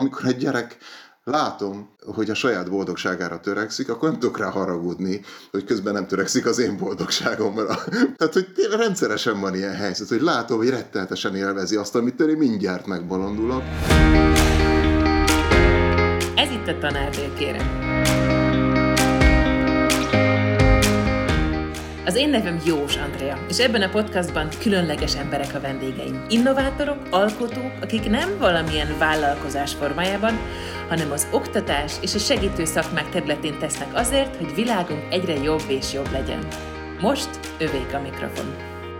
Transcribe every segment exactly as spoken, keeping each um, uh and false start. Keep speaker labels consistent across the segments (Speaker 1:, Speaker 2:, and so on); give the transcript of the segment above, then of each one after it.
Speaker 1: amikor egy gyerek látom, hogy a saját boldogságára törekszik, akkor nem tudok rá haragudni, hogy közben nem törekszik az én boldogságomra. Tehát, hogy rendszeresen van ilyen helyzet, hogy látom, hogy rettenetesen élvezi azt, amitől én mindjárt megbolondulok.
Speaker 2: Ez itt a Tanárdél, kérem. Az én nevem Jós Andrea, és ebben a podcastban különleges emberek a vendégeim. Innovátorok, alkotók, akik nem valamilyen vállalkozás formájában, hanem az oktatás és a segítő szakmák területén tesznek azért, hogy világunk egyre jobb és jobb legyen. Most övék a mikrofon.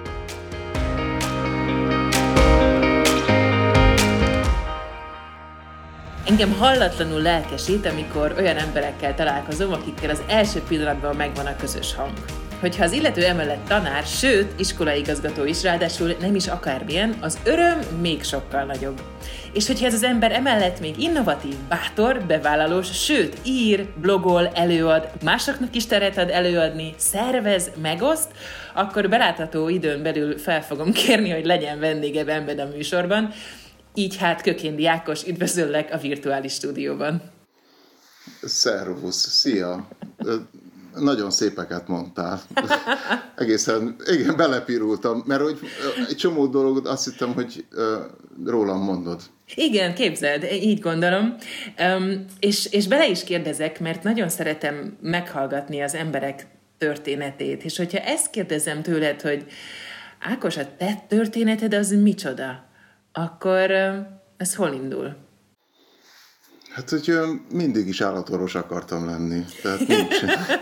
Speaker 2: Engem hallatlanul lelkesít, amikor olyan emberekkel találkozom, akikkel az első pillanatban megvan a közös hang. Hogyha az illető emellett tanár, sőt, iskolaigazgató is, ráadásul nem is akármilyen, az öröm még sokkal nagyobb. És hogyha ez az ember emellett még innovatív, bátor, bevállalós, sőt, ír, blogol, előad, másoknak is teret ad előadni, szervez, megoszt, akkor belátható időn belül fel fogom kérni, hogy legyen vendége benned a műsorban. Így hát Kökéndi Ákos, üdvözöllek a virtuális stúdióban.
Speaker 1: Szervusz, szia! Nagyon szépeket mondtál. Egészen, igen, belepirultam, mert hogy egy csomó dolgot azt hittem, hogy rólam mondod.
Speaker 2: Igen, képzeld, így gondolom. Um, és, és bele is kérdezek, mert nagyon szeretem meghallgatni az emberek történetét, és hogyha ezt kérdezem tőled, hogy Ákos, a te történeted az micsoda, akkor ez hol indul?
Speaker 1: Hát, hogy mindig is állatorvos akartam lenni. Tehát nincs.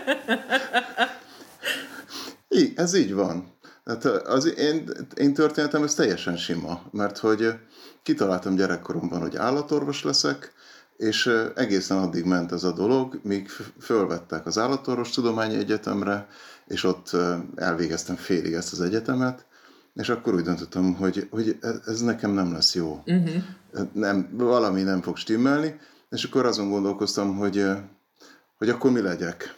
Speaker 1: Így, ez így van. Hát az én, én történetem ez teljesen sima, mert hogy kitaláltam gyerekkoromban, hogy állatorvos leszek, és egészen addig ment ez a dolog, míg fölvettek az Állatorvostudományi Egyetemre, és ott elvégeztem félig ezt az egyetemet, és akkor úgy döntöttem, hogy, hogy ez nekem nem lesz jó. Uh-huh. Nem, valami nem fog stimmelni, és akkor azon gondolkoztam, hogy, hogy akkor mi legyek.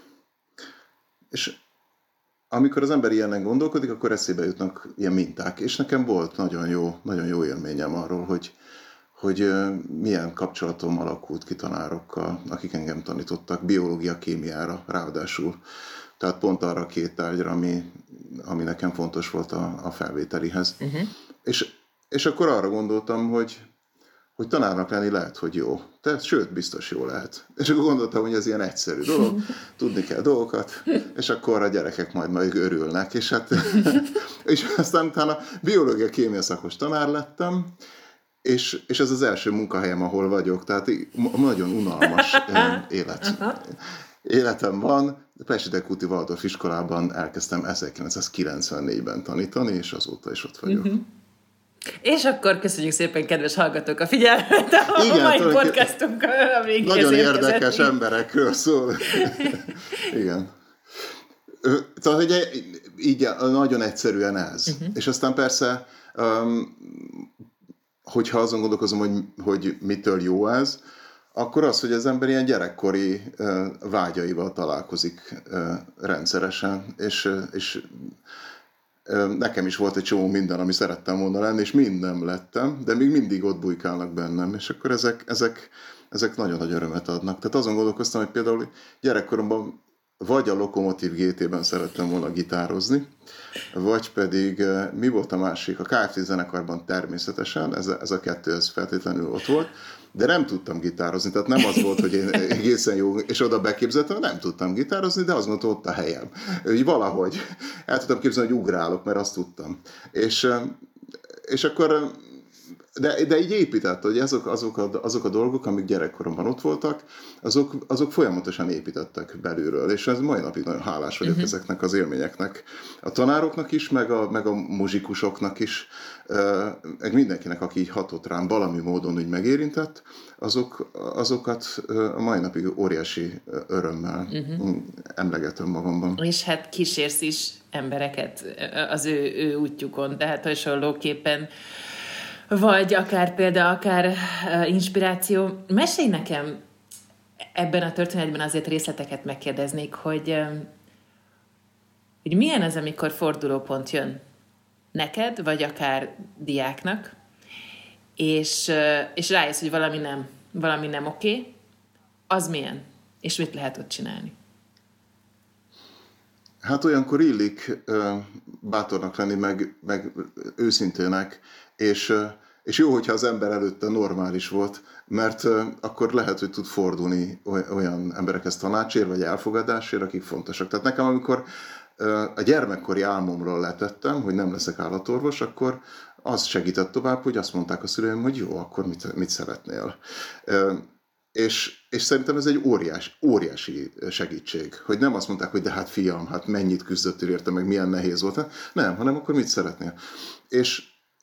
Speaker 1: És amikor az ember ilyenen gondolkodik, akkor eszébe jutnak ilyen minták. És nekem volt nagyon jó, nagyon jó élményem arról, hogy, hogy milyen kapcsolatom alakult ki tanárokkal, akik engem tanítottak biológia, kémiára ráadásul. Tehát pont arra a két tárgyra, ami, ami nekem fontos volt a, a felvételihez. Uh-huh. És, és akkor arra gondoltam, hogy hogy tanárnak lenni lehet, hogy jó. Tehát, sőt, biztos jó lehet. És akkor gondoltam, hogy ez ilyen egyszerű dolog, tudni kell dolgokat, és akkor a gyerekek majd majd örülnek. És, hát, és aztán utána biológia kémia szakos tanár lettem, és, és ez az első munkahelyem, ahol vagyok, tehát nagyon unalmas élet. Életem van. Pesti-Kúti Waldorf iskolában elkezdtem ezerkilencszázkilencvennégyben tanítani, és azóta is ott vagyok. Uh-huh.
Speaker 2: És akkor köszönjük szépen, kedves hallgatók, a figyelmet a igen, mai podcastunk a végéhez
Speaker 1: nagyon érdekes emberekről szól. Igen. Tehát, hogy így nagyon egyszerűen ez. Uh-huh. És aztán persze, um, hogyha azon gondolkozom, hogy, hogy mitől jó ez, akkor az, hogy az ember ilyen gyerekkori uh, vágyaival találkozik uh, rendszeresen, és, uh, és nekem is volt egy csomó minden, ami szerettem volna lenni, és minden lettem, de még mindig ott bujkálnak bennem, és akkor ezek, ezek, ezek nagyon nagy örömet adnak. Tehát azon gondolkoztam, hogy például gyerekkoromban vagy a Lokomotív gé té-ben szerettem volna gitározni, vagy pedig mi volt a másik? A ká ef té zenekarban természetesen, ez a, ez a kettő ez feltétlenül ott volt, de nem tudtam gitározni, tehát nem az volt, hogy én egészen jó, és oda beképzeltem, nem tudtam gitározni, de az volt ott a helyem. Úgy valahogy el tudtam képzelni, hogy ugrálok, mert azt tudtam. És, és akkor, de, de így épített, hogy azok, azok, a, azok a dolgok, amik gyerekkoromban ott voltak, azok, azok folyamatosan építettek belülről, és ez mai napig nagyon hálás vagyok uh-huh. ezeknek az élményeknek. A tanároknak is, meg a, meg a muzsikusoknak is, meg mindenkinek, aki így hatott rám, valami módon úgy megérintett, azok, azokat a mai napig óriási örömmel uh-huh. emlegetem magamban.
Speaker 2: És hát kísérsz is embereket az ő, ő útjukon, tehát hasonlóképpen vagy akár példa, akár inspiráció. Mesélj nekem ebben a történetben, azért részleteket megkérdeznék, hogy, hogy milyen az, amikor fordulópont jön neked, vagy akár diáknak, és, és rájössz, hogy valami nem, valami nem oké, az milyen? És mit lehet ott csinálni?
Speaker 1: Hát olyankor illik uh, bátornak lenni, meg, meg őszintének, és, uh, és jó, hogyha az ember előtte normális volt, mert uh, akkor lehet, hogy tud fordulni olyan emberekhez tanácsért, vagy elfogadásért, akik fontosak. Tehát nekem, amikor uh, a gyermekkori álmomról letettem, hogy nem leszek állatorvos, akkor az segített tovább, hogy azt mondták a szüleim, hogy jó, akkor mit, mit szeretnél. Uh, És, és szerintem ez egy óriás, óriási segítség, hogy nem azt mondták, hogy de hát fiam, hát mennyit küzdöttél érte, meg milyen nehéz volt. Nem, hanem akkor mit szeretnél. És,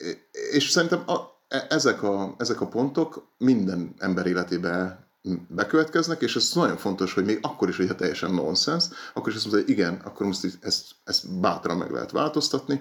Speaker 1: és szerintem a, ezek, a, ezek a pontok minden ember életében bekövetkeznek, és ez nagyon fontos, hogy még akkor is, hogyha teljesen nonsens, akkor is azt mondta, hogy igen, akkor most ezt, ezt bátran meg lehet változtatni.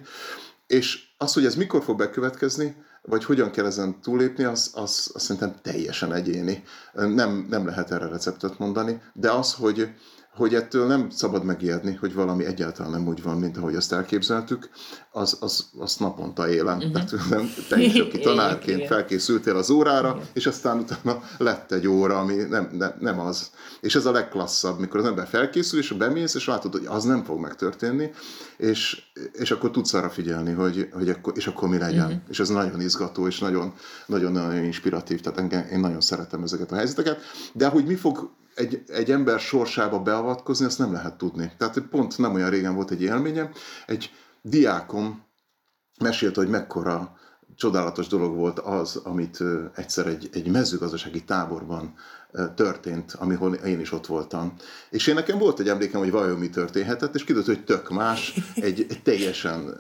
Speaker 1: És az, hogy ez mikor fog bekövetkezni, vagy hogyan kell ezen túlépni, az, az, az szerintem teljesen egyéni. Nem, nem lehet erre receptet mondani, de az, hogy, hogy ettől nem szabad megijedni, hogy valami egyáltalán nem úgy van, mint ahogy azt elképzeltük, az, az, az naponta élem. Uh-huh. Tehát nem, te is, aki tanárként igen, felkészültél az órára, igen, és aztán utána lett egy óra, ami nem, nem, nem az. És ez a legklasszabb, mikor az ember felkészül, és bemész, és látod, hogy az nem fog megtörténni, és, és akkor tudsz arra figyelni, hogy, hogy akkor, és akkor mi legyen. Uh-huh. És ez nagyon izgató, és nagyon, nagyon, nagyon inspiratív, tehát engem, én nagyon szeretem ezeket a helyzeteket, de hogy mi fog Egy, egy ember sorsába beavatkozni, azt nem lehet tudni. Tehát pont nem olyan régen volt egy élményem. Egy diákom mesélte, hogy mekkora csodálatos dolog volt az, amit egyszer egy, egy mezőgazdasági táborban történt, amihol én is ott voltam. És én nekem volt egy emlékem, hogy vajon mi történhetett, és kiderült, hogy tök más, egy, egy teljesen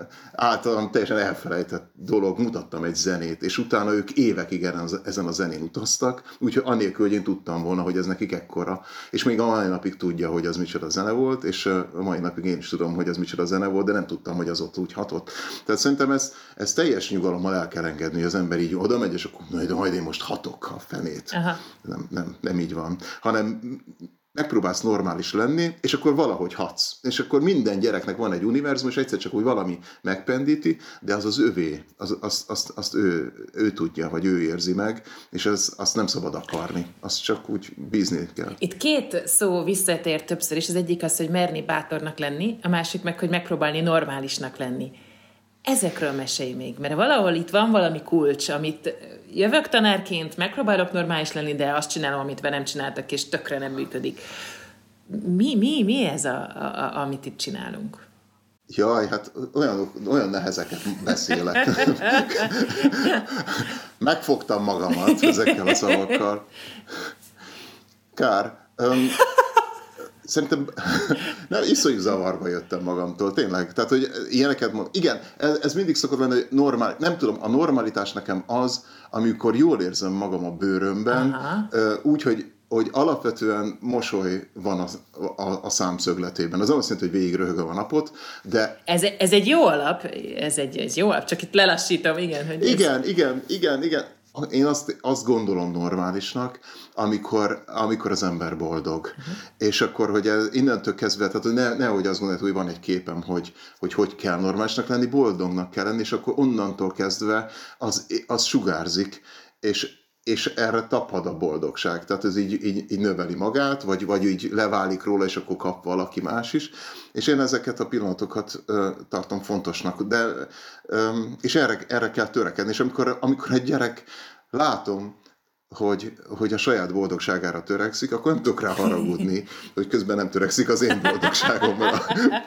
Speaker 1: általam teljesen elfelejtett dolog, mutattam egy zenét, és utána ők évekig ezen a zenén utaztak, úgyhogy anélkül, hogy én tudtam volna, hogy ez nekik ekkora. És még a mai napig tudja, hogy az micsoda zene volt, és a mai napig én is tudom, hogy az micsoda zene volt, de nem tudtam, hogy az ott úgy hatott. Tehát szerintem ez, ez teljes nyugalommal el kell engedni, hogy az ember így oda megy, és akkor majd, majd én most hatok a fenét. Aha. Nem, nem, nem így van, hanem megpróbálsz normális lenni, és akkor valahogy hatsz. És akkor minden gyereknek van egy univerzum, és egyszer csak úgy valami megpendíti, de az az övé, az, az, azt, azt ő, ő tudja, vagy ő érzi meg, és az, azt nem szabad akarni, azt csak úgy bízni kell.
Speaker 2: Itt két szó visszatér többször is, az egyik az, hogy merni bátornak lenni, a másik meg, hogy megpróbálni normálisnak lenni. Ezekről mesélj még, mert valahol itt van valami kulcs, amit jövök tanárként, megpróbálok normális lenni, de azt csinálom, amit velem csináltak, és tökre nem működik. Mi, mi, mi ez, a, a, amit itt csinálunk?
Speaker 1: Jaj, hát olyan, olyan nehezeket beszélek. Megfogtam magamat ezekkel a szavakkal. Kár. Um, Szerintem nem, iszonyú zavarba jöttem magamtól, tényleg. Tehát, hogy ilyeneket mond. Igen, ez, ez mindig szokott lenni, hogy normál, nem tudom, a normalitás nekem az, amikor jól érzem magam a bőrömben, úgy, hogy, hogy alapvetően mosoly van a, a, a számszögletében. Az azt jelenti, hogy végig röhögöm a napot, de...
Speaker 2: Ez, ez egy jó alap, ez egy, ez jó alap, csak itt lelassítom, igen. Hogy
Speaker 1: igen,
Speaker 2: ez...
Speaker 1: igen, igen, igen. Én azt, azt gondolom normálisnak, amikor, amikor az ember boldog. Uh-huh. És akkor, hogy ez innentől kezdve, tehát ne, nehogy azt gondolod, hogy van egy képem, hogy, hogy hogy kell normálisnak lenni, boldognak kell lenni, és akkor onnantól kezdve az, az sugárzik, és, és erre tapad a boldogság. Tehát ez így, így, így növeli magát, vagy, vagy így leválik róla, és akkor kap valaki más is. És én ezeket a pillanatokat ö, tartom fontosnak. De, ö, és erre, erre kell törekedni. És amikor, amikor egy gyerek látom, hogy, hogy a saját boldogságára törekszik, akkor nem tudok rá haragudni, hogy közben nem törekszik az én boldogságomra.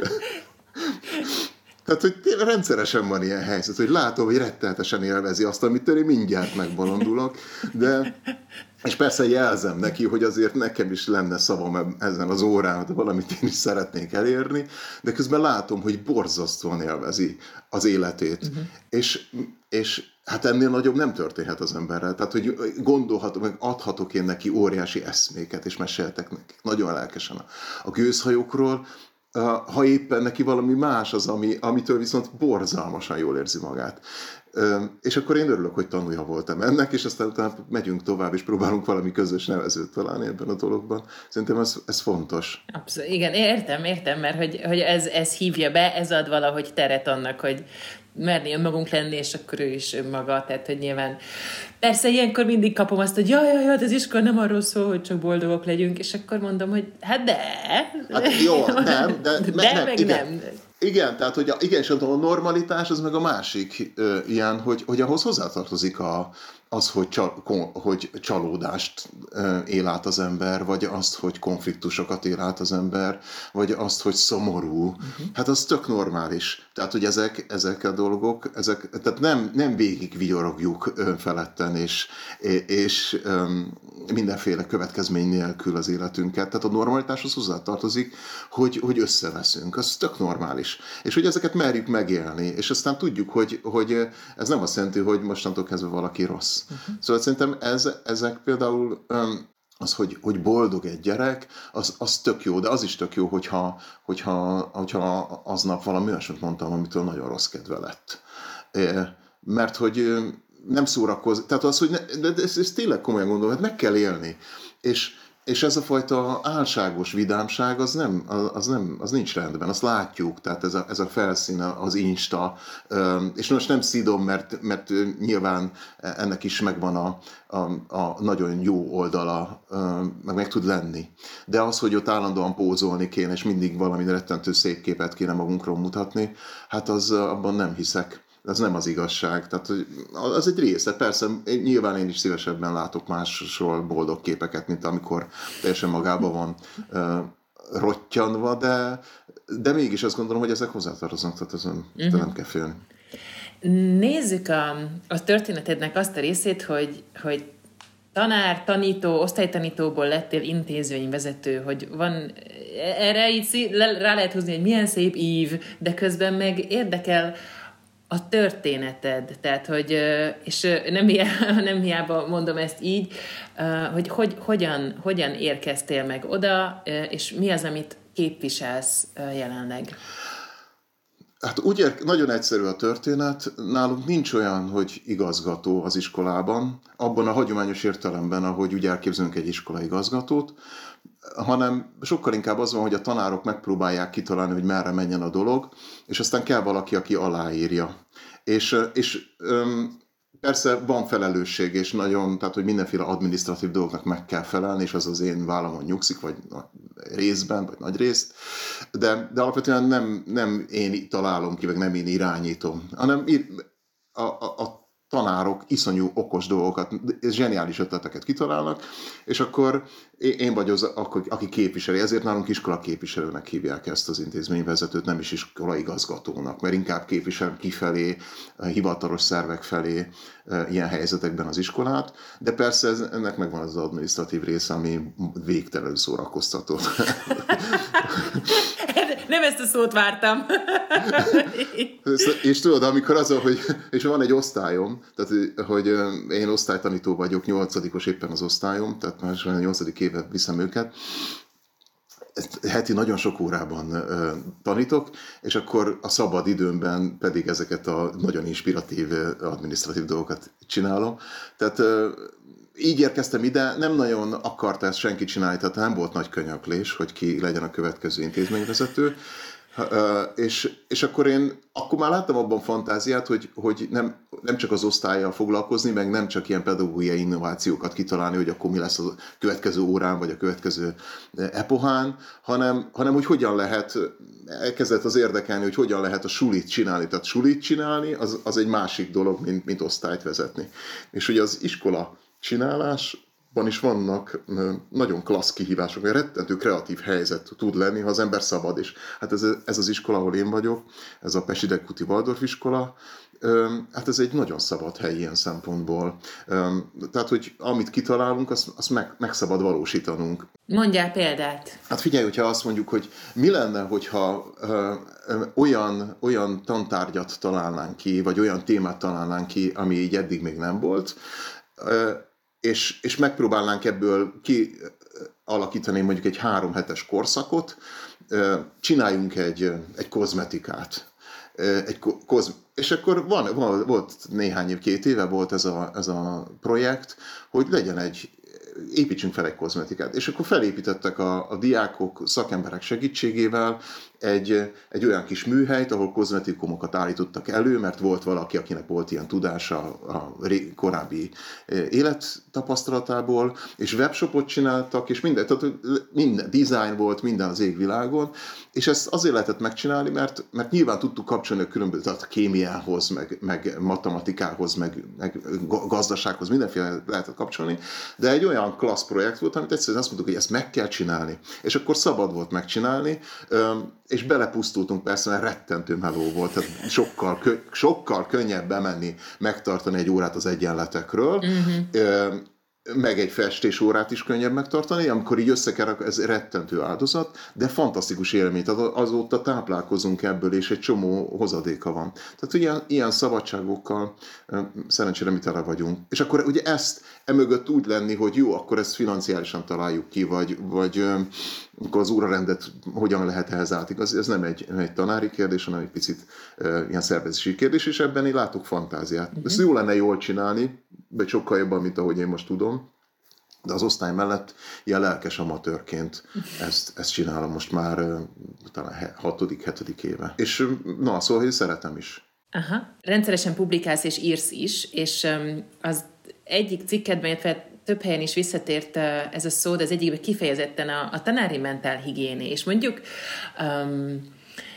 Speaker 1: Tehát, hogy rendszeresen van ilyen helyzet, hogy látom, hogy rettenetesen élvezi azt, amitől én mindjárt megbolondulok, de és persze jelzem neki, hogy azért nekem is lenne szavam ezen az órán, valamit én is szeretnék elérni, de közben látom, hogy borzasztóan élvezi az életét. Uh-huh. És, és hát ennél nagyobb nem történhet az emberrel. Tehát, hogy gondolhatok, meg adhatok én neki óriási eszméket, és meséltek neki nagyon lelkesen a, a gőzhajókról, ha éppen neki valami más az, ami, amitől viszont borzalmasan jól érzi magát. És akkor én örülök, hogy tanulja voltam ennek, és aztán utána megyünk tovább, és próbálunk valami közös nevezőt találni ebben a dologban. Szerintem ez, ez fontos.
Speaker 2: Abszolút, igen, értem, értem, mert hogy, hogy ez, ez hívja be, ez ad valahogy teret annak, hogy merni önmagunk lenni, és akkor ő is önmaga, tehát hogy nyilván persze ilyenkor mindig kapom azt, hogy jaj, jaj, az iskola nem arról szól, hogy csak boldogok legyünk, és akkor mondom, hogy hát de.
Speaker 1: Hát jó, nem, de,
Speaker 2: de
Speaker 1: nem,
Speaker 2: meg
Speaker 1: igen.
Speaker 2: nem.
Speaker 1: Igen, tehát hogy a, igen, és a normalitás az meg a másik ö, ilyen, hogy, hogy ahhoz hozzátartozik a, az, hogy, csal, kon, hogy csalódást ö, él át az ember, vagy azt, hogy konfliktusokat él át az ember, vagy azt, hogy szomorú. Uh-huh. Hát az tök normális. Tehát, hogy ezek, ezek a dolgok, ezek, tehát nem, nem végig vigyorogjuk önfeledten, és, és öm, mindenféle következmény nélkül az életünket. Tehát a normalitáshoz hozzátartozik, hogy, hogy összeveszünk. Az tök normális. És hogy ezeket merjük megélni. És aztán tudjuk, hogy, hogy ez nem azt jelenti, hogy mostantól kezdve valaki rossz. Uh-huh. Szóval szerintem ez, ezek például öm, az, hogy, hogy boldog egy gyerek, az, az tök jó, de az is tök jó, hogyha, hogyha, hogyha aznap valami olyasmit mondtam, amitől nagyon rossz kedve lett. Mert hogy nem szórakoz, tehát az, hogy ne, de ez, ez tényleg komolyan gondolom, hát meg kell élni. És, és ez a fajta álságos vidámság, az, nem, az, nem, az nincs rendben, azt látjuk, tehát ez a, ez a felszín, az Insta, és most nem szidom, mert, mert nyilván ennek is megvan a, a, a nagyon jó oldala, meg meg tud lenni. De az, hogy ott állandóan pózolni kéne, és mindig valami rettentő szép képet kéne magunkról mutatni, hát az abban nem hiszek. Ez nem az igazság. Tehát az egy része. Persze, én, nyilván én is szívesebben látok másról boldog képeket, mint amikor teljesen magában van uh, rottyanva, de, de mégis azt gondolom, hogy ezek hozzátartoznak, tehát ezen uh-huh. nem kell félni.
Speaker 2: Nézzük a, a történetednek azt a részét, hogy, hogy tanár, tanító, osztálytanítóból lettél intézményvezető, hogy van, erre így rá lehet húzni, hogy milyen szép ív, de közben meg érdekel a történeted, tehát, hogy, és nem hiába, nem hiába mondom ezt így, hogy, hogy hogyan, hogyan érkeztél meg oda, és mi az, amit képviselsz jelenleg?
Speaker 1: Hát úgy nagyon egyszerű a történet, nálunk nincs olyan, hogy igazgató az iskolában, abban a hagyományos értelemben, ahogy úgy elképzelünk egy iskolai igazgatót, hanem sokkal inkább az van, hogy a tanárok megpróbálják kitalálni, hogy merre menjen a dolog, és aztán kell valaki, aki aláírja. És, és persze van felelősség, és nagyon, tehát hogy mindenféle adminisztratív dolgoknak meg kell felelni, és az az én vállamon nyugszik, vagy részben, vagy nagy részt, de, de alapvetően nem, nem én találom ki, vagy nem én irányítom, hanem a, a, a tanárok iszonyú okos dolgokat, zseniális ötleteket kitalálnak, és akkor én vagy az, aki képviseli. Ezért nálunk iskola képviselőnek hívják ezt az intézményvezetőt, nem is iskola igazgatónak, mert inkább képvisel kifelé, hivatalos szervek felé ilyen helyzetekben az iskolát, de persze ez, ennek megvan az adminisztratív része, ami végtelenül szórakoztató.
Speaker 2: Nem ezt a szót vártam.
Speaker 1: És tudod, amikor az, hogy és van egy osztályom, tehát hogy én osztálytanító vagyok, nyolcadikos éppen az osztályom, tehát már nyolcadik éve viszem őket, heti nagyon sok órában uh, tanítok, és akkor a szabad időmben pedig ezeket a nagyon inspiratív, adminisztratív dolgokat csinálom. Tehát uh, így érkeztem ide, nem nagyon akarta ezt senki csinálni, tehát nem volt nagy könyöklés, hogy ki legyen a következő intézményvezető. Uh, és, és akkor én akkor már láttam abban fantáziát, hogy, hogy nem, nem csak az osztállyal foglalkozni, meg nem csak ilyen pedagógiai innovációkat kitalálni, hogy akkor mi lesz a következő órán, vagy a következő epohán, hanem, hanem hogy hogyan lehet, elkezdett az érdekelni, hogy hogyan lehet a sulit csinálni. Tehát sulit csinálni, az, az egy másik dolog, mint, mint osztályt vezetni. És ugye az iskola csinálás, van is vannak nagyon klassz kihívások, mert rettentő kreatív helyzet tud lenni, ha az ember szabad. És hát ez, ez az iskola, ahol én vagyok, ez a Pesti-Deguti Waldorf iskola, hát ez egy nagyon szabad hely ilyen szempontból. Tehát, hogy amit kitalálunk, azt, azt meg, meg szabad valósítanunk.
Speaker 2: Mondjál példát.
Speaker 1: Hát figyelj, hogyha azt mondjuk, hogy mi lenne, hogyha ö, ö, olyan, olyan tantárgyat találnánk ki, vagy olyan témát találnánk ki, ami így eddig még nem volt, ö, És, és megpróbálnánk ebből kialakítani mondjuk egy három hetes korszakot, csináljunk egy, egy kozmetikát. Egy koz, és akkor van, van, volt néhány év, két éve volt ez a, ez a projekt, hogy legyen egy építsünk fel egy kozmetikát. És akkor felépítettek a, a diákok, szakemberek segítségével egy, egy olyan kis műhelyt, ahol kozmetikumokat állítottak elő, mert volt valaki, akinek volt ilyen tudása a korábbi élettapasztalatából, és webshopot csináltak, és minden, tehát minden design volt, minden az égvilágon, és ezt azért lehetett megcsinálni, mert, mert nyilván tudtuk kapcsolni a különböző, tehát a kémiához, meg, meg matematikához, meg, meg gazdasághoz, mindenféle lehetett kapcsolni, de egy olyan klassz projekt volt, amit egyszerűen azt mondtuk, hogy ezt meg kell csinálni. És akkor szabad volt megcsinálni, és belepusztultunk persze, mert rettentő meló volt, tehát sokkal, sokkal könnyebb bemenni, megtartani egy órát az egyenletekről, uh-huh. meg egy festésórát is könnyebb megtartani, amikor így összekerak, ez rettentő áldozat, de fantasztikus élmény, tehát azóta táplálkozunk ebből, és egy csomó hozadéka van. Tehát ilyen, ilyen szabadságokkal szerencsére mi tele vagyunk. És akkor ugye ezt emögött úgy lenni, hogy jó, akkor ezt financiálisan találjuk ki, vagy, vagy akkor az órarendet hogyan lehet ehhez átigazni. Ez nem egy, nem egy tanári kérdés, hanem egy picit uh, ilyen szervezési kérdés, és ebben én látok fantáziát. Uh-huh. Ezt jó lenne jól csinálni, vagy sokkal jobban, mint ahogy én most tudom, de az osztály mellett ilyen lelkes amatőrként ezt, ezt csinálom most már uh, talán hatodik, hetedik éve. És na, szóval, hogy szeretem is.
Speaker 2: Aha. Rendszeresen publikálsz és írsz is, és um, az egyik cikkedben, illetve több helyen is visszatért ez a szó, de az egyikben kifejezetten a, a tanári mentálhigiéné. És mondjuk um,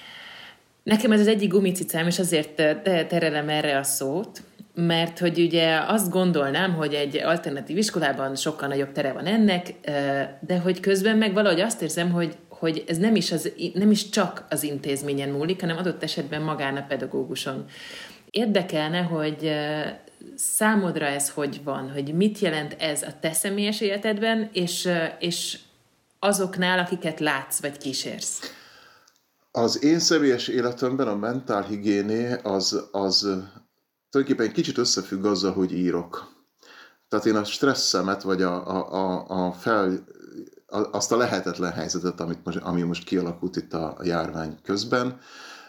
Speaker 2: nekem ez az egyik gumicicám, és azért terelem erre a szót, mert hogy ugye azt gondolnám, hogy egy alternatív iskolában sokkal nagyobb tere van ennek, de hogy közben meg valahogy azt érzem, hogy, hogy ez nem is, az, nem is csak az intézményen múlik, hanem adott esetben magán a pedagóguson. Érdekelne, hogy számodra ez hogy van, hogy mit jelent ez a te személyes életedben, és, és azoknál, akiket látsz, vagy kísérsz?
Speaker 1: Az én személyes életemben a mentálhigiéné az, az tulajdonképpen egy kicsit összefügg azzal, hogy írok. Tehát én a stresszemet, vagy a, a, a, a fel, a, azt a lehetetlen helyzetet, amit most, ami most kialakult itt a járvány közben,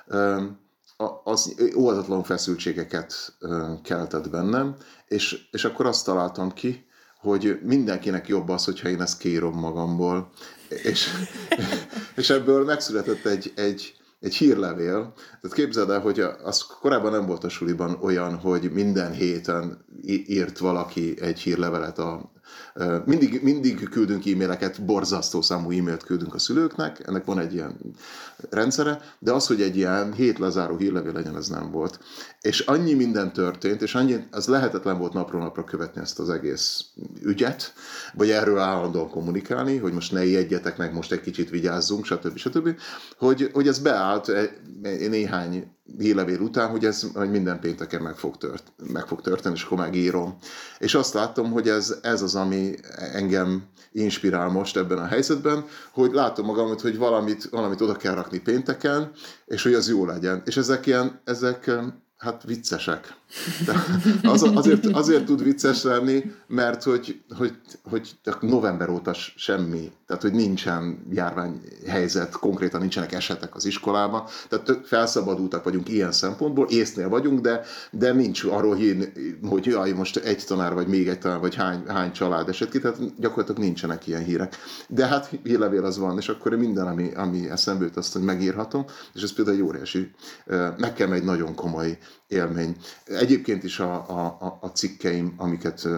Speaker 1: az óvatatlan feszültségeket keltett bennem, és, és akkor azt találtam ki, hogy mindenkinek jobb az, hogyha én ezt kiírom magamból. És, és ebből megszületett egy, egy, egy hírlevél. Tehát képzeld el, hogy az korábban nem volt a suliban olyan, hogy minden héten írt valaki egy hírlevelet a Mindig, mindig küldünk e-maileket, borzasztó számú e-mailt küldünk a szülőknek, ennek van egy ilyen rendszere, de az, hogy egy ilyen hét lezáró hírlevél legyen, ez nem volt. És annyi minden történt, és annyi, az lehetetlen volt napról napra követni ezt az egész ügyet, vagy erről állandóan kommunikálni, hogy most ne ijedjetek meg, most egy kicsit vigyázzunk, stb. stb. Hogy, hogy ez beállt néhány hírlevél után, hogy ez hogy minden pénteken meg fog, tört, meg fog történni, és akkor megírom. És azt látom, hogy ez, ez az, ami engem inspirál most ebben a helyzetben, hogy látom magamat, hogy valamit, valamit oda kell rakni pénteken, és hogy az jó legyen. És ezek ilyen, ezek hát viccesek. Az, azért, azért tud vicces lenni, mert hogy, hogy, hogy november óta semmi, tehát hogy nincsen járványhelyzet, konkrétan nincsenek esetek az iskolában, tehát felszabadultak vagyunk ilyen szempontból, észnél vagyunk, de, de nincs arról hír, hogy jaj, most egy tanár, vagy még egy tanár, vagy hány, hány család esett ki, tehát gyakorlatilag nincsenek ilyen hírek. De hát hírlevél az van, és akkor minden, ami, ami eszembe jut, azt, hogy megírhatom, és ez például egy óriási, nekem egy nagyon komoly élmény. Egyébként is a, a, a cikkeim, amiket,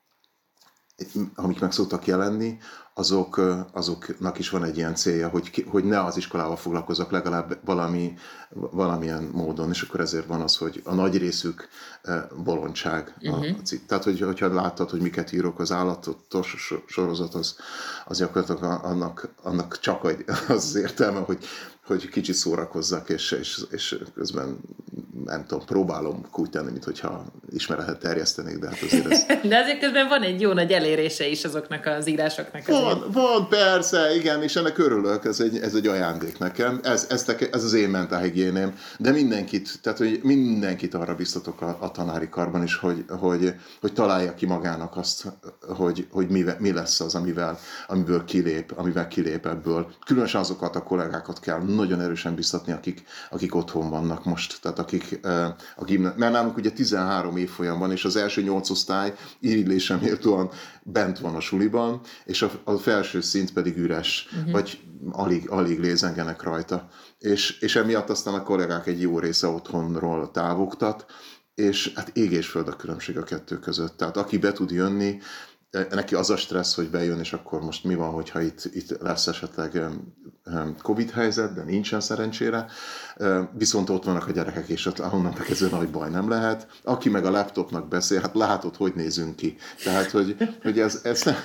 Speaker 1: amik meg szoktak jelenni, azok, azoknak is van egy ilyen célja, hogy, hogy ne az iskolával foglalkozok legalább valami, valamilyen módon, és akkor ezért van az, hogy a nagy részük bolondság a, uh-huh. a cikk. Tehát, hogy, hogyha láttad, hogy miket írok, az állatos sorozat, az, az gyakorlatilag annak, annak csak az, az értelme, hogy, hogy kicsit szórakozzak, és, és, és közben nem tudom, próbálom úgy tenni, mint hogyha ismeretet terjesztenék, de hát azért ez...
Speaker 2: De azért közben van egy jó nagy elérése is azoknak az írásoknak.
Speaker 1: Van, van, persze, igen, és ennek örülök, ez egy, ez egy ajándék nekem, ez, ez, ez az én mentálhigiéném, de mindenkit, tehát hogy mindenkit arra biztatok a, a tanári karban is, hogy, hogy, hogy találja ki magának azt, hogy, hogy mi, mi lesz az, amivel, amiből kilép, amivel kilép ebből. Különösen azokat a kollégákat kell nagyon erősen biztatni, akik, akik otthon vannak most, tehát akik akik a gimnázium, mert nálunk ugye tizenhárom évfolyam van, és az első nyolc osztály irigylésem méltóan bent van a suliban, és a, a felső szint pedig üres, uh-huh. vagy alig, alig lézengenek rajta. És, és emiatt aztán a kollégák egy jó része otthonról távogtat, és hát ég és föld a különbség a kettő között. Tehát aki be tud jönni, neki az a stressz, hogy bejön, és akkor most mi van, hogyha itt, itt lesz esetleg Covid helyzet, de nincsen szerencsére. Viszont ott vannak a gyerekek, és ott ahonnan kezdve nagy baj nem lehet. Aki meg a laptopnak beszél, hát látod, hogy nézünk ki. Tehát, hogy, hogy ez, ez, nem,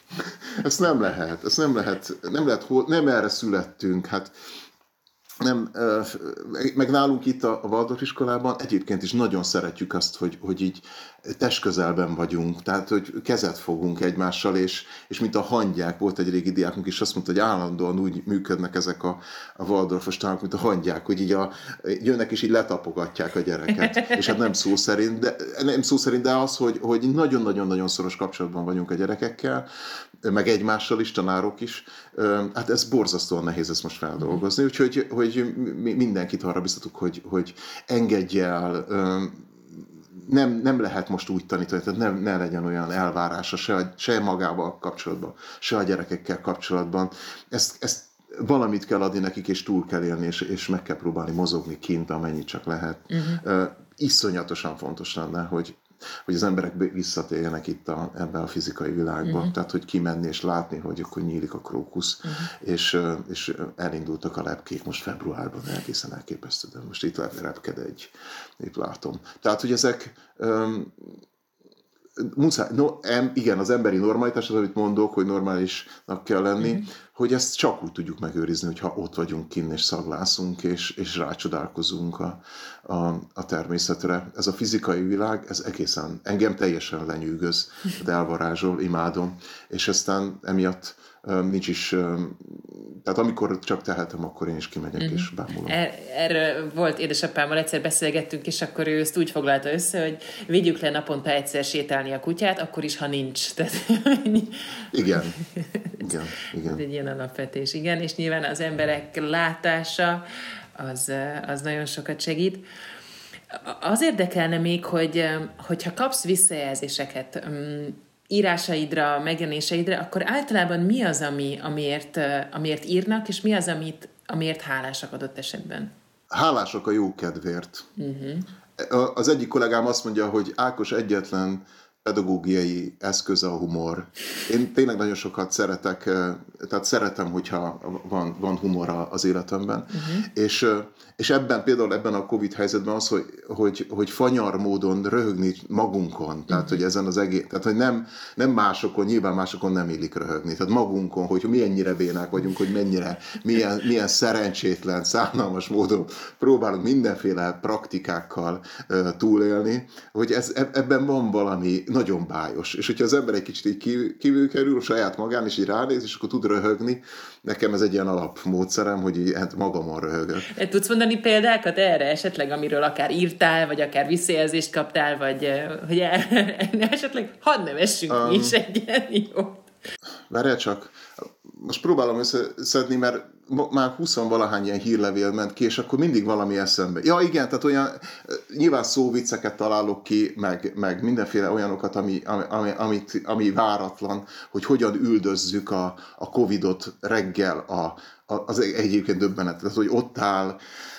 Speaker 1: ez nem lehet. Ez nem lehet, nem lehet, nem erre születtünk. Hát nem, meg nálunk itt a Waldorf iskolában egyébként is nagyon szeretjük azt, hogy, hogy így testközelben vagyunk, tehát hogy kezet fogunk egymással, és, és mint a hangyák, volt egy régi diákunk is, azt mondta, hogy állandóan úgy működnek ezek a, a Waldorfos tanárok, mint a hangyák, hogy így a, jönnek és így letapogatják a gyereket, és hát nem szó szerint, de, nem szó szerint, de az, hogy, hogy nagyon-nagyon-nagyon szoros kapcsolatban vagyunk a gyerekekkel, meg egymással is, tanárok is, hát ez borzasztóan nehéz ezt most feldolgozni, úgyhogy hogy mindenkit arra biztatok, hogy, hogy engedje el, nem, nem lehet most úgy tanítani, tehát nem, ne legyen olyan elvárása se, se magával kapcsolatban, se a gyerekekkel kapcsolatban. Ezt, ezt valamit kell adni nekik, és túl kell élni, és, és meg kell próbálni mozogni kint, amennyit csak lehet. Uh-huh. Uh, iszonyatosan fontos lenne, hogy hogy az emberek visszatérjenek itt a, ebbe a fizikai világba, uh-huh. tehát hogy kimenni és látni, hogy akkor nyílik a krókusz, uh-huh. és, és elindultak a lepkék most februárban, egészen elképesztő, de most itt repked egy, itt látom. Tehát, hogy ezek um, muszáj, no, em, igen, az emberi normalitás, az, amit mondok, hogy normálisnak kell lenni, uh-huh. hogy ezt csak úgy tudjuk megőrizni, hogyha ott vagyunk kinn és szaglászunk, és, és rácsodálkozunk a, a, a természetre. Ez a fizikai világ, ez egészen, engem teljesen lenyűgöz, de elvarázsol, imádom, és aztán emiatt um, nincs is, um, tehát amikor csak tehetem, akkor én is kimegyek uh-huh. és bámulom.
Speaker 2: Er, erről volt édesapámmal, egyszer beszélgettünk, és akkor ő ezt úgy foglalta össze, hogy vigyük le naponta egyszer sétálni a kutyát, akkor is, ha nincs. Tehát,
Speaker 1: igen, igen, igen.
Speaker 2: Ez egy ilyen alapvetés, igen, és nyilván az emberek látása az, az nagyon sokat segít. Az érdekelne még, hogy hogyha kapsz visszajelzéseket írásaidra, megjelenéseidre, akkor általában mi az, ami, amiért, amiért írnak, és mi az, amit, amiért hálásak adott esetben?
Speaker 1: Hálásak a jó kedvért. Uh-huh. Az egyik kollégám azt mondja, hogy Ákos egyetlen pedagógiai eszköz a humor. Én tényleg nagyon sokat szeretek, tehát szeretem, hogyha van, van humor az életemben, uh-huh. és, és ebben például ebben a Covid helyzetben az, hogy, hogy, hogy fanyar módon röhögni magunkon, tehát uh-huh. hogy ezen az egész, tehát hogy nem, nem másokon, nyilván másokon nem illik röhögni, tehát magunkon, hogy milyennyire bénák vagyunk, hogy mennyire, milyen, milyen szerencsétlen, szánalmas módon próbálunk mindenféle praktikákkal uh, túlélni, hogy ez, ebben van valami nagyon bájos. És hogyha az ember egy kicsit így kívül, kívül kerül saját magán, és így ránéz, és akkor tud röhögni, nekem ez egy ilyen alapmódszerem, hogy így hát magamon röhögök.
Speaker 2: Tudsz mondani példákat erre esetleg, amiről akár írtál, vagy akár visszajelzést kaptál, vagy hogy esetleg hadd nevessünk um, mi is egy ilyen jót.
Speaker 1: Várjál csak, most próbálom összeszedni, mert már huszonvalahány ilyen hírlevél ment ki, és akkor mindig valami eszembe. Ja igen, tehát olyan, nyilván szóvicceket találok ki, meg, meg mindenféle olyanokat, ami, ami, amit, ami váratlan, hogy hogyan üldözzük a, a Covidot reggel, a, a, az egyébként döbbenet, tehát hogy ott áll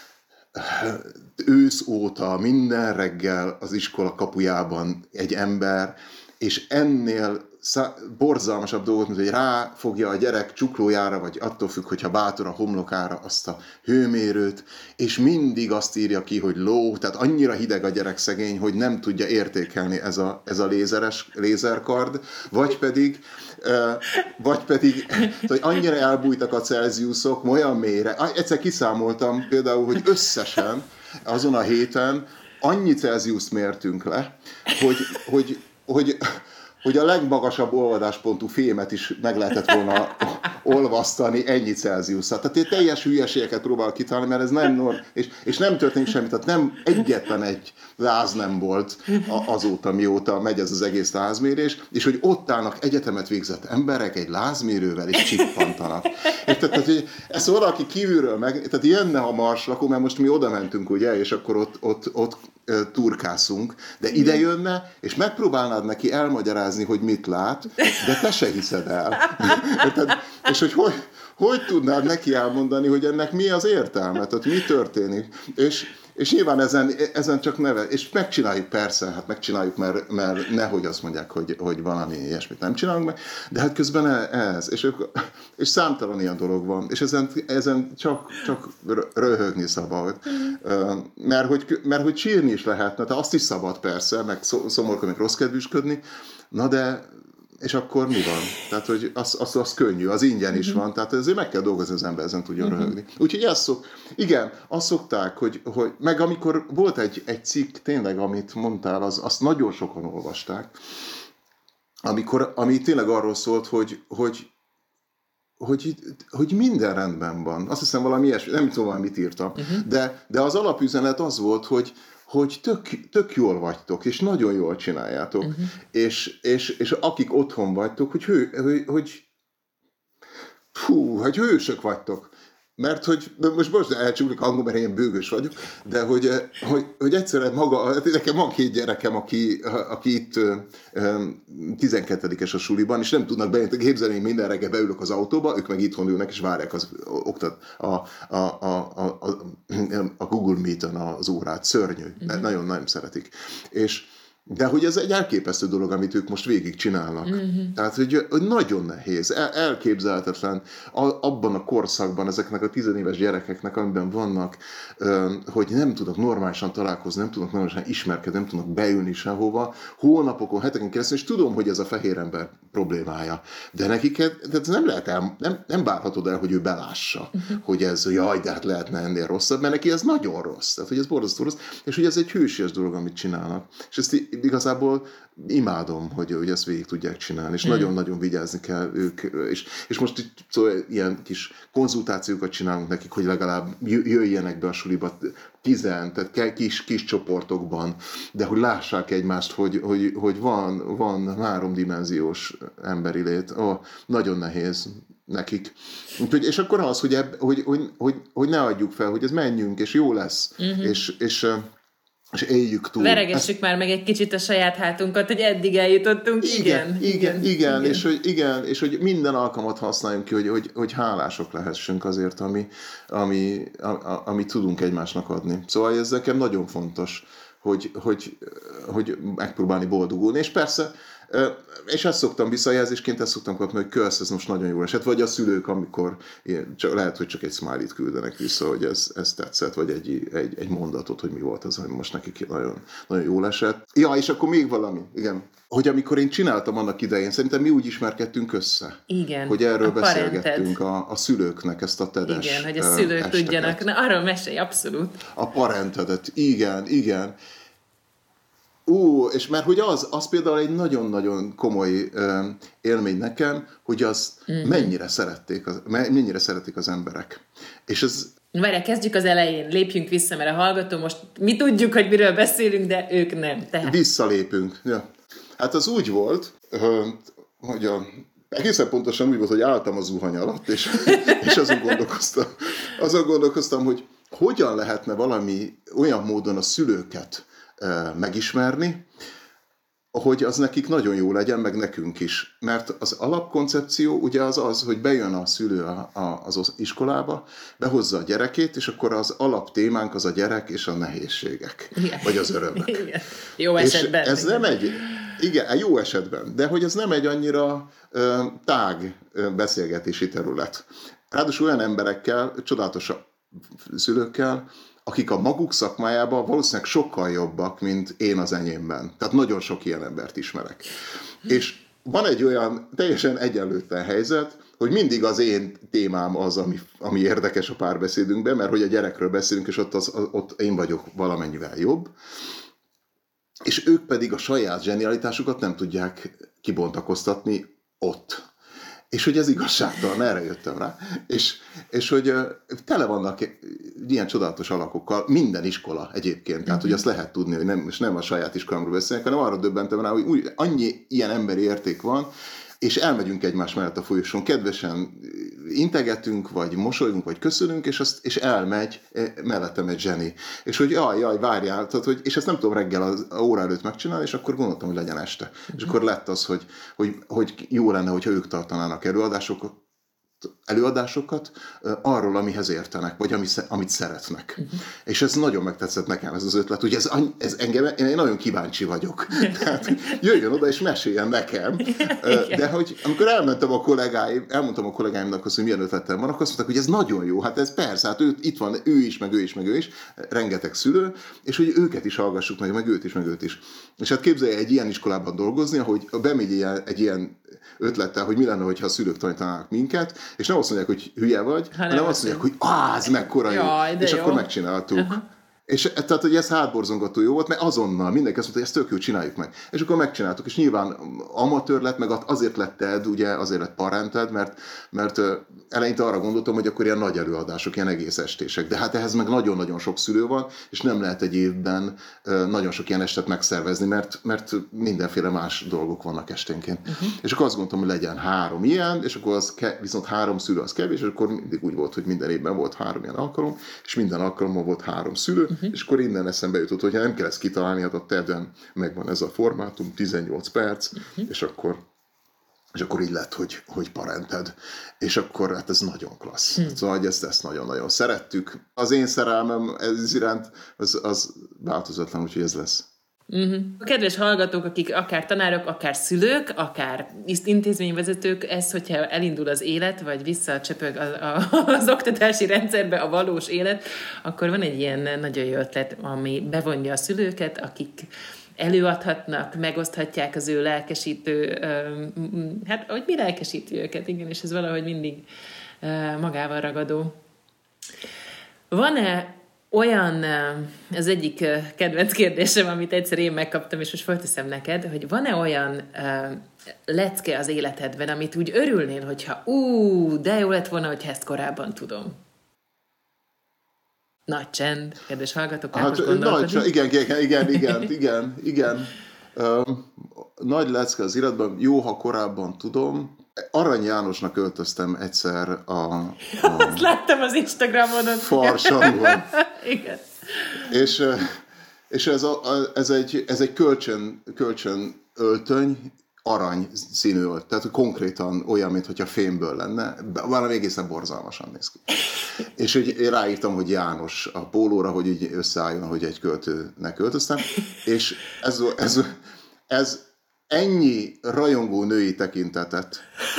Speaker 1: ősz óta minden reggel az iskola kapujában egy ember, és ennél borzalmasabb dolgot, mint hogy ráfogja a gyerek csuklójára, vagy attól függ, hogyha bátor a homlokára azt a hőmérőt, és mindig azt írja ki, hogy ló, tehát annyira hideg a gyerek szegény, hogy nem tudja értékelni ez a, ez a lézeres, lézerkard, vagy pedig, vagy pedig hogy annyira elbújtak a celsiuszok, olyan mélyre. Egyszer kiszámoltam például, hogy összesen azon a héten annyi Celsiuszt mértünk le, hogy, hogy, hogy hogy a legmagasabb olvadáspontú fémet is meg lehetett volna olvasztani ennyi Celsiusszal. Tehát én teljes hülyeségeket próbálok kitalálni, mert ez nem norm, és, és nem történik semmi, tehát nem egyetlen egy láz nem volt azóta, mióta megy ez az egész lázmérés, és hogy ott állnak egyetemet végzett emberek egy lázmérővel, és csippantanak. És tehát, hogy ezt valaki kívülről meg, tehát jönne a marslakó, mert most mi oda mentünk, ugye, és akkor ott, ott, ott turkászunk, de ide jönne, és megpróbálnád neki elmagyarázni, hogy mit lát, de te se hiszed el. És hogy, hogy hogy tudnád neki elmondani, hogy ennek mi az értelme, tehát mi történik. És, és nyilván ezen, ezen csak neve, és megcsináljuk persze, hát megcsináljuk, mert, mert nehogy azt mondják, hogy, hogy valami ilyesmit nem csinálunk meg, de hát közben ez, és, és számtalan ilyen dolog van, és ezen, ezen csak, csak röhögni szabad, mert hogy, mert hogy sírni is lehetne, tehát azt is szabad persze, meg szomorkodni, meg rosszkedvűsködni, na de és akkor mi van? Tehát, hogy az, az, az könnyű, az ingyen is van, tehát ezért meg kell dolgozni, az ember ezen tudjon uh-huh. röhögni. Úgyhogy ezt szok, igen, azt szokták, hogy, hogy meg amikor volt egy, egy cikk, tényleg, amit mondtál, az, azt nagyon sokan olvasták, amikor, ami tényleg arról szólt, hogy, hogy, hogy, hogy minden rendben van. Azt hiszem valami ilyesmi, nem tudom, mit írtam, uh-huh. de, de az alapüzenet az volt, hogy hogy tök, tök jól vagytok, és nagyon jól csináljátok, uh-huh. és, és, és akik otthon vagytok, hogy, hő, hogy, hogy fú, hogy hősök vagytok. Mert hogy, most most elcsúlik angol, mert én bőgös vagyok, de hogy, hogy, hogy egyszerűen maga, nekem van két gyerekem, aki, aki itt tizenkettedikes a suliban, és nem tudnak bejönni, képzelni, minden reggel beülök az autóba, ők meg itthon ülnek, és várják az oktat, a, a, a, a, a, a Google Meet-en az órát. Szörnyű, mm-hmm. nagyon nem szeretik. És de hogy ez egy elképesztő dolog, amit ők most végig csinálnak. Mm-hmm. Tehát, hogy, hogy nagyon nehéz, el, elképzelhetetlen a, abban a korszakban ezeknek a tizenéves gyerekeknek, amiben vannak, hogy nem tudnak normálisan találkozni, nem tudnak normálisan ismerkedni, nem tudnak beülni sehova, hónapokon, heteken keresztül, és tudom, hogy ez a fehér ember problémája. De nekik tehát nem lehet el, nem, nem várhatod el, hogy ő belássa, uh-huh. hogy ez, jaj, de hát lehetne ennél rosszabb, mert neki ez nagyon rossz. Tehát, hogy ez borzasztó rossz, és hogy ez egy hősies dolog, amit csinálnak. És ezt igazából imádom, hogy, hogy ezt végig tudják csinálni, és mm. nagyon-nagyon vigyázni kell ők, és, és most itt szóval ilyen kis konzultációkat csinálunk nekik, hogy legalább jöjjenek be a suliba tizen, tehát kis, kis csoportokban, de hogy lássák egymást, hogy, hogy, hogy van, van háromdimenziós emberi lét. Oh, nagyon nehéz nekik. Úgyhogy, és akkor az, hogy, ebb, hogy, hogy, hogy, hogy ne adjuk fel, hogy ez menjünk, és jó lesz, mm-hmm. és, és és éljük túl.
Speaker 2: Veregessük Ezt... már meg egy kicsit a saját hátunkat, hogy eddig eljutottunk.
Speaker 1: Igen, igen, igen, igen, igen. És, hogy, igen és hogy minden alkalmat használjunk ki, hogy, hogy, hogy hálások lehessünk azért, ami, ami, a, ami tudunk egymásnak adni. Szóval ez nekem nagyon fontos, hogy, hogy, hogy megpróbálni boldogulni. És persze, és ezt szoktam visszajelzésként, ezt szoktam kapni, hogy kösz, ez most nagyon jó esett, vagy a szülők, amikor csak, lehet, hogy csak egy smiley-t küldenek vissza, hogy ez, ez tetszett, vagy egy, egy, egy mondatot, hogy mi volt az, hogy most nekik nagyon, nagyon jól esett. Ja, és akkor még valami, igen, hogy amikor én csináltam annak idején, szerintem mi úgy ismerkedtünk össze.
Speaker 2: Igen.
Speaker 1: Hogy erről beszélgettünk a, a szülőknek, ezt a tedes
Speaker 2: Igen, hogy a szülők esteket. Tudjanak, na arról mesélj, abszolút.
Speaker 1: A parentedet, igen, igen. Ú, és mert hogy az, az például egy nagyon-nagyon komoly ö, élmény nekem, hogy azt mm-hmm. mennyire szerették, az, mennyire szeretik az emberek. És ez...
Speaker 2: Várjál, kezdjük az elején, lépjünk vissza, mert a hallgató most mi tudjuk, hogy miről beszélünk, de ők nem. Tehát...
Speaker 1: Visszalépünk. Ja. Hát az úgy volt, hogy a, egészen pontosan úgy volt, hogy álltam a zuhany alatt, és, és azon gondolkoztam, azon gondolkoztam, hogy hogyan lehetne valami olyan módon a szülőket megismerni, hogy az nekik nagyon jó legyen, meg nekünk is. Mert az alapkoncepció ugye az az, hogy bejön a szülő a, a, az iskolába, behozza a gyerekét, és akkor az alaptémánk az a gyerek és a nehézségek. Igen. Vagy az örömök.
Speaker 2: Igen. Jó esetben.
Speaker 1: És ez nem egy, igen, jó esetben, de hogy ez nem egy annyira ö, tág ö, beszélgetési terület. Ráadásul olyan emberekkel, csodálatos szülőkkel, akik a maguk szakmájában valószínűleg sokkal jobbak, mint én az enyémben. Tehát nagyon sok ilyen embert ismerek. És van egy olyan teljesen egyenlőtlen helyzet, hogy mindig az én témám az, ami, ami érdekes a párbeszédünkben, mert hogy a gyerekről beszélünk, és ott, az, ott én vagyok valamennyivel jobb, és ők pedig a saját zsenialitásukat nem tudják kibontakoztatni ott. És hogy ez igazságtalan, erre jöttem rá. És, és hogy tele vannak ilyen csodálatos alakokkal, minden iskola egyébként. Tehát, hogy azt lehet tudni, hogy nem, most nem a saját iskolámról beszélnek, hanem arra döbbentem rá, hogy úgy, annyi ilyen emberi érték van, és elmegyünk egymás mellett a folyosón, kedvesen integetünk, vagy mosolygunk, vagy köszönünk, és, azt, és elmegy mellettem egy zseni. És hogy jaj, jaj, várjál, tehát, hogy, és ezt nem tudom reggel az óra előtt megcsinálni, és akkor gondoltam, hogy legyen este. Mm-hmm. És akkor lett az, hogy, hogy, hogy jó lenne, hogyha ők tartanának előadásokat, előadásokat uh, arról, amihez értenek, vagy ami, amit szeretnek. Uh-huh. És ez nagyon megtetszett nekem, ez az ötlet, hogy ez, ez engem, én nagyon kíváncsi vagyok. Tehát jöjjön oda és meséljen nekem. Uh, de hogy amikor elmentem a kollégáim, elmondtam a kollégáimnak azt, hogy milyen ötletem van, akkor azt mondták, hogy ez nagyon jó, hát ez persze, hát ő, itt van ő is, meg ő is, meg ő is, rengeteg szülő, és hogy őket is hallgassuk meg, meg őt is, meg őt is. És hát képzelje egy ilyen iskolában dolgozni, ahogy bemegy egy ilyen, egy ilyen ötlettel, hogy mi lenne, hogyha a szülők tanítanának minket, és nem azt mondják, hogy hülye vagy, hanem, hanem azt mondják, hogy á, ez mekkora jó, Jaj, és jó. Akkor megcsináltuk. Uh-huh. És tehát, hogy ez hátborzongató jó volt, mert azonnal mindenki azt mondta, hogy ezt tök jó, csináljuk meg. És akkor megcsináltuk, és nyilván amatőr lett, meg azért lett Ted, ugye, azért lett parented, mert, mert eleinte arra gondoltam, hogy akkor ilyen nagy előadások, ilyen egész estések. De hát ehhez meg nagyon-nagyon sok szülő van, és nem lehet egy évben nagyon sok ilyen estet megszervezni, mert, mert mindenféle más dolgok vannak esténként. Uh-huh. És akkor azt gondoltam, hogy legyen három ilyen, és akkor az ke- viszont három szülő az kevés, és akkor mindig úgy volt, hogy minden évben volt három ilyen alkalom, és minden alkalommal volt három szülő, uh-huh. és akkor innen eszembe jutott, hogy nem kell ezt kitalálni, hát a Teden megvan ez a formátum, tizennyolc perc, uh-huh. és akkor és akkor így lett, hogy, hogy parented. És akkor hát ez nagyon klassz. Hmm. Szóval ezt, ezt nagyon-nagyon szerettük. Az én szerelmem ez iránt, az, az változatlan, úgyhogy ez lesz.
Speaker 2: Uh-huh. A kedves hallgatók, akik akár tanárok, akár szülők, akár intézményvezetők, ez, hogyha elindul az élet, vagy visszacsöpög az, az oktatási rendszerbe a valós élet, akkor van egy ilyen nagyon jó ötlet, ami bevonja a szülőket, akik előadhatnak, megoszthatják az ő lelkesítő, hát hogy mi lelkesíti őket, igen, és ez valahogy mindig magával ragadó. Van-e olyan, az egyik kedvenc kérdésem, amit egyszer én megkaptam, és most felteszem neked, hogy van-e olyan lecke az életedben, amit úgy örülnél, hogyha ú, de jó lett volna, hogyha ezt korábban tudom. Nagy csend, kedves hallgatók,
Speaker 1: hát, nagy csend, igen, igen, igen, igen, igen, igen. Um, nagy lecke az életben, jó, ha korábban tudom. Arany Jánosnak öltöztem egyszer a... a
Speaker 2: Azt láttam az Instagramon.
Speaker 1: Farsangon.
Speaker 2: Igen.
Speaker 1: És, és ez, a, ez egy, ez egy kölcsön, kölcsön öltöny, arany színű ölt, tehát konkrétan olyan, mintha fémből lenne, valami egészen borzalmasan néz ki. És hogy én ráírtam, hogy János a pólóra, hogy így összeálljon, hogy egy költőnek öltöztem, és ez, ez, ez ennyi rajongó női tekintetet,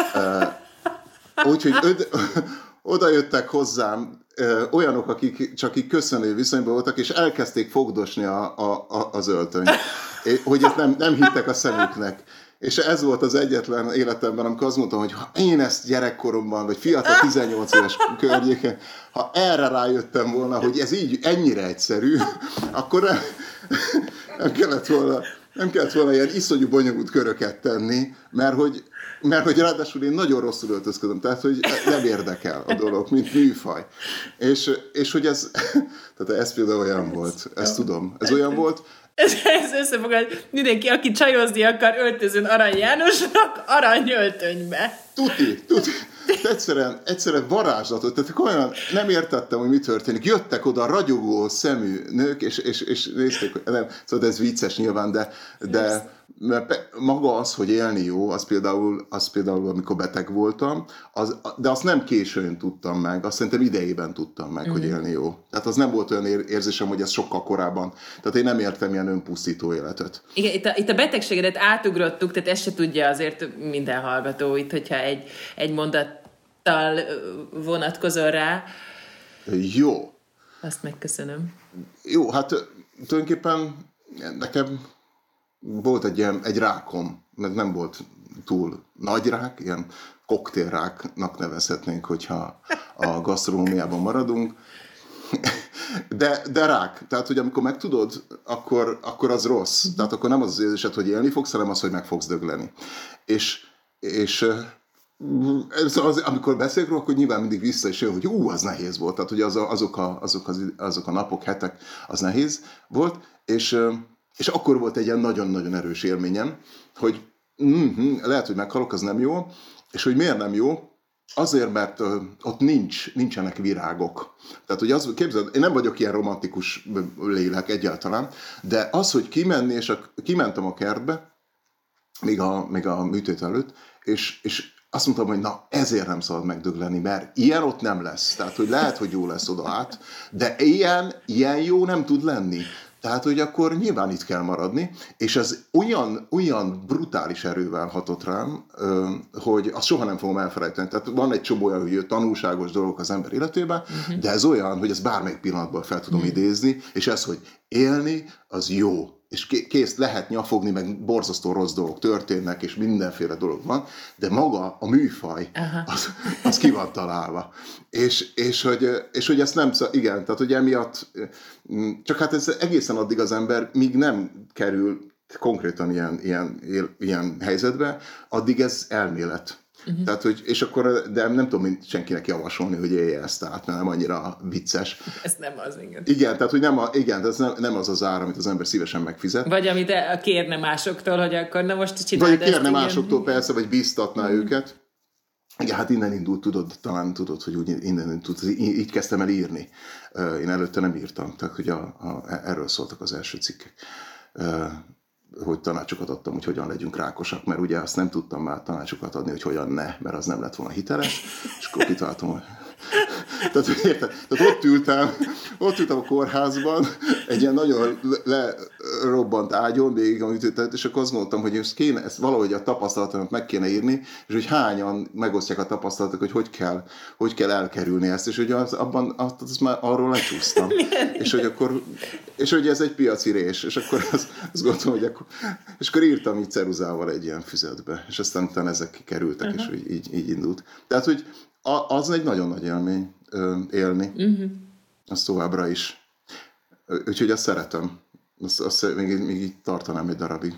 Speaker 1: úgyhogy öd, oda jöttek hozzám olyanok, akik csak így köszönő viszonyban voltak, és elkezdték fogdosni a, a, a, az öltönyt, hogy ezt nem, nem hittek a szemüknek. És ez volt az egyetlen életemben, amikor azt mondtam, hogy ha én ezt gyerekkoromban, vagy fiatal tizennyolc éves környéken, ha erre rájöttem volna, hogy ez így ennyire egyszerű, akkor nem, nem kellett volna, nem kellett volna ilyen iszonyú bonyolult köröket tenni, mert hogy, mert hogy ráadásul én nagyon rosszul öltözködöm, tehát hogy nem érdekel a dolog, mint műfaj. És, és hogy ez, tehát ez például olyan volt, ezt tudom, ez olyan volt.
Speaker 2: Ez, ez összefogad, mindenki, aki csajozni akar, öltözön Arany Jánosnak arany öltönybe.
Speaker 1: Tuti, tuti. Egyszerűen, egyszerűen varázslatot, tehát olyan nem értettem, hogy mi történik. Jöttek oda ragyogó szemű nők, és, és, és nézték, hogy nem, szóval ez vicces nyilván, de, de maga az, hogy élni jó, az például, az például amikor beteg voltam, az, de azt nem későn tudtam meg, azt szerintem idejében tudtam meg, mm. hogy élni jó. Tehát az nem volt olyan érzésem, hogy ez sokkal korábban. Tehát én nem értem ilyen önpusztító életet. Igen,
Speaker 2: itt a, itt a betegségedet átugrottuk, tehát ezt se tudja azért minden hallgató itt, hogyha egy, egy mondattal vonatkozol rá.
Speaker 1: Jó.
Speaker 2: Azt megköszönöm.
Speaker 1: Jó, hát tulajdonképpen nekem volt egy ilyen, egy rákom, mert nem volt túl nagy rák, ilyen koktélráknak nevezhetnénk, hogyha a gasztronómiában maradunk. De, de rák. Tehát, hogy amikor megtudod, akkor, akkor az rossz. Tehát akkor nem az az érzésed, hogy élni fogsz, hanem az, hogy meg fogsz dögleni. És, és ez az, amikor beszélek róla, akkor nyilván mindig vissza is jön, hogy ú, az nehéz volt. Tehát, hogy az, azok, a, azok, az, azok a napok, hetek, az nehéz volt. És, és akkor volt egy ilyen nagyon-nagyon erős élményem, hogy mm-hmm, lehet, hogy meghalok, az nem jó. És hogy miért nem jó? Azért, mert uh, ott nincs, nincsenek virágok. Tehát, hogy az, képzeld, én nem vagyok ilyen romantikus lélek egyáltalán, de az, hogy kimenni, és a, kimentem a kertbe, még a, még a műtét előtt, és, és azt mondtam, hogy na, ezért nem szabad megdögleni, mert ilyen ott nem lesz. Tehát, hogy lehet, hogy jó lesz oda át, de ilyen, ilyen jó nem tud lenni. Tehát, hogy akkor nyilván itt kell maradni, és ez olyan, olyan brutális erővel hatott rám, hogy azt soha nem fogom elfelejteni. Tehát van egy csomó olyan, hogy tanulságos dolgok az ember életében, uh-huh. de ez olyan, hogy ezt bármelyik pillanatban fel tudom uh-huh. idézni, és ez, hogy élni, az jó. És kész, lehet nyafogni, meg borzasztó rossz dolgok történnek, és mindenféle dolog van, de maga a műfaj, az, az ki van találva. És, és, hogy, és hogy ezt nem, igen, tehát hogy emiatt, csak hát ez egészen addig az ember, míg nem kerül konkrétan ilyen, ilyen, ilyen helyzetbe, addig ez elmélet. Uh-huh. Tehát, hogy, és akkor, de nem tudom mint senkinek javasolni, hogy élje ezt át, mert nem annyira vicces.
Speaker 2: Ez nem az, igen.
Speaker 1: Igen, tehát, hogy nem, a, igen, ez nem, nem az az ár, amit az ember szívesen megfizet.
Speaker 2: Vagy amit kérne másoktól, hogy akkor na most csináld
Speaker 1: vagy
Speaker 2: ezt.
Speaker 1: Vagy kérne másoktól, igen. Persze, vagy bíztatná uh-huh. őket. Igen, hát innen indult, tudod, talán tudod, hogy úgy innen indult, így kezdtem el írni. Én előtte nem írtam, tehát, hogy a, a, erről szóltak az első cikkek. Hogy tanácsokat adtam, hogy hogyan legyünk rákosak, mert ugye azt nem tudtam már tanácsokat adni, hogy hogyan ne, mert az nem lett volna hiteles, és akkor kitaláltam, hogy... Tehát, érted? Tehát ott ültem, ott ültem a kórházban, egy ilyen nagyon lerobbant ágyon végig, amit tett, és akkor azt mondtam, hogy ezt, kéne, ezt valahogy a tapasztalatomat meg kéne írni, és hogy hányan megosztják a tapasztalatok, hogy hogy kell, hogy kell elkerülni ezt, és hogy az, abban azt, azt már arról lecsúsztam. és hogy akkor, és hogy ez egy piaci rés, és akkor azt, azt gondolom, hogy akkor, és akkor írtam így ceruzával egy ilyen füzetbe, és aztán utána ezek kikerültek, uh-huh. és így, így indult. Tehát, hogy az egy nagyon nagy élmény élni. Uh-huh. Azt továbbra is. Úgyhogy azt szeretem. Azt, azt még, még így tartanám egy darabig.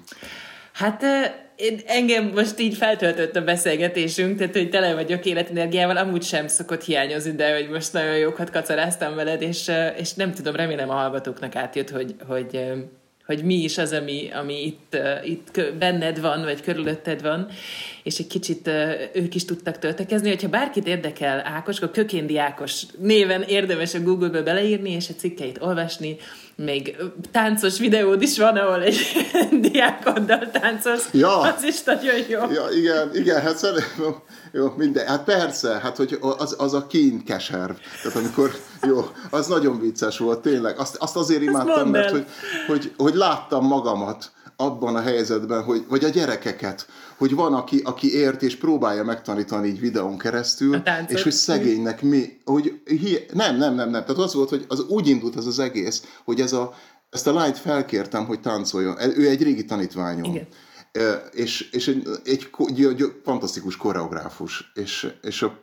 Speaker 2: Hát én, engem most így feltöltött a beszélgetésünk, tehát hogy tele vagyok életenergiával, amúgy sem szokott hiányozni, de hogy most nagyon jókat kacaráztam veled, és, és nem tudom, remélem a hallgatóknak átjött, hogy, hogy, hogy mi is az, ami, ami itt, itt benned van, vagy körülötted van, és egy kicsit ők is tudtak töltekezni. Hogyha bárkit érdekel Ákos, akkor Kökéndi Ákos néven érdemes a Google-be beleírni, és a cikkeit olvasni. Még táncos videód is van, ahol egy diákoddal táncolsz.
Speaker 1: Ja.
Speaker 2: Az is nagyon jó.
Speaker 1: Ja, igen, igen, hát szerintem, jó, minden. Hát persze, hát hogy az, az a kín keserv. Tehát amikor, jó, az nagyon vicces volt, tényleg. Azt, azt azért imádtam, mert hogy, hogy, hogy láttam magamat abban a helyzetben, hogy, vagy a gyerekeket, hogy van, aki, aki ért és próbálja megtanítani így videón keresztül, és hogy szegénynek mi, hogy hi, nem, nem, nem, nem. Tehát az volt, hogy az úgy indult ez az egész, hogy ez a, ezt a lányt felkértem, hogy táncoljon. Ő egy régi tanítványom. Igen. E, és, és egy, egy, egy, egy fantasztikus koreográfus, és, és a,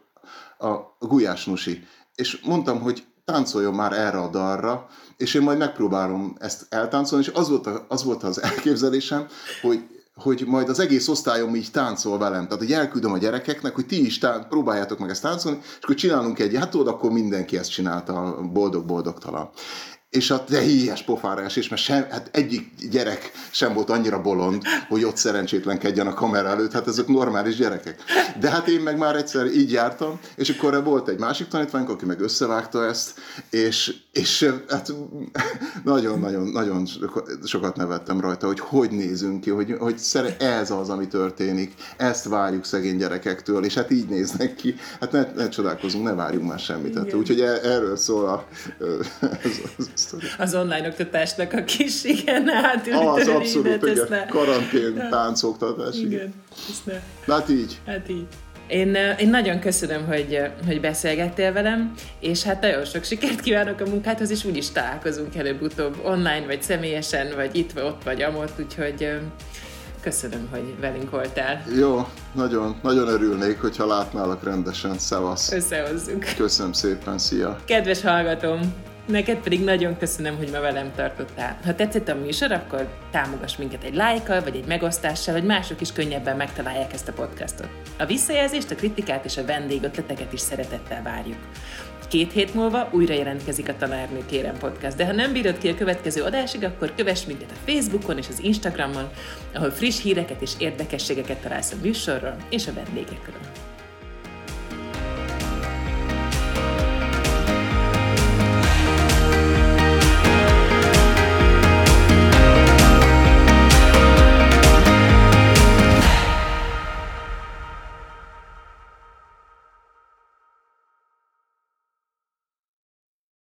Speaker 1: a Gulyás Nusi. És mondtam, hogy táncoljon már erre a dalra, és én majd megpróbálom ezt eltáncolni, és az volt, a, az, volt az elképzelésem, hogy hogy majd az egész osztályom így táncol velem. Tehát, hogy elküldöm a gyerekeknek, hogy ti is tán- próbáljátok meg ezt táncolni, és akkor csinálunk egy, hát tudod, akkor mindenki ezt csinálta, boldog-boldogtalan. És a te híjes pofára esés, mert sem, hát egyik gyerek sem volt annyira bolond, hogy ott szerencsétlenkedjen a kamera előtt, hát ezek normális gyerekek. De hát én meg már egyszer így jártam, és akkor volt egy másik tanítványunk, aki meg összevágta ezt, és, és hát nagyon-nagyon nagyon sokat nevettem rajta, hogy hogy nézünk ki, hogy, hogy ez az, ami történik, ezt várjuk szegény gyerekektől, és hát így néznek ki, hát ne, ne csodálkozunk, ne várjunk már semmit. Hát, úgyhogy erről szól a, ez, az,
Speaker 2: az online oktatásnak a kis, igen, átültő.
Speaker 1: Az abszolút, igen, karantén táncoktatás.
Speaker 2: Igen, igen.
Speaker 1: Ne. Hát így.
Speaker 2: Hát így. Én, én nagyon köszönöm, hogy, hogy beszélgettél velem, és hát nagyon sok sikert kívánok a munkádhoz, és úgyis találkozunk előbb-utóbb online, vagy személyesen, vagy itt, vagy ott, vagy amott, úgyhogy köszönöm, hogy velünk voltál.
Speaker 1: Jó, nagyon, nagyon örülnék, hogyha látnálak rendesen. Szevasz.
Speaker 2: Összehozzuk.
Speaker 1: Köszönöm szépen, szia.
Speaker 2: Kedves hallgatom! Neked pedig nagyon köszönöm, hogy ma velem tartottál. Ha tetszett a műsor, akkor támogass minket egy lájkkal, vagy egy megosztással, hogy mások is könnyebben megtalálják ezt a podcastot. A visszajelzést, a kritikát és a vendégötleteket is szeretettel várjuk. Két hét múlva újra jelentkezik a Tanárnő Kérem Podcast, de ha nem bírod ki a következő adásig, akkor kövess minket a Facebookon és az Instagramon, ahol friss híreket és érdekességeket találsz a műsorról és a vendégekről.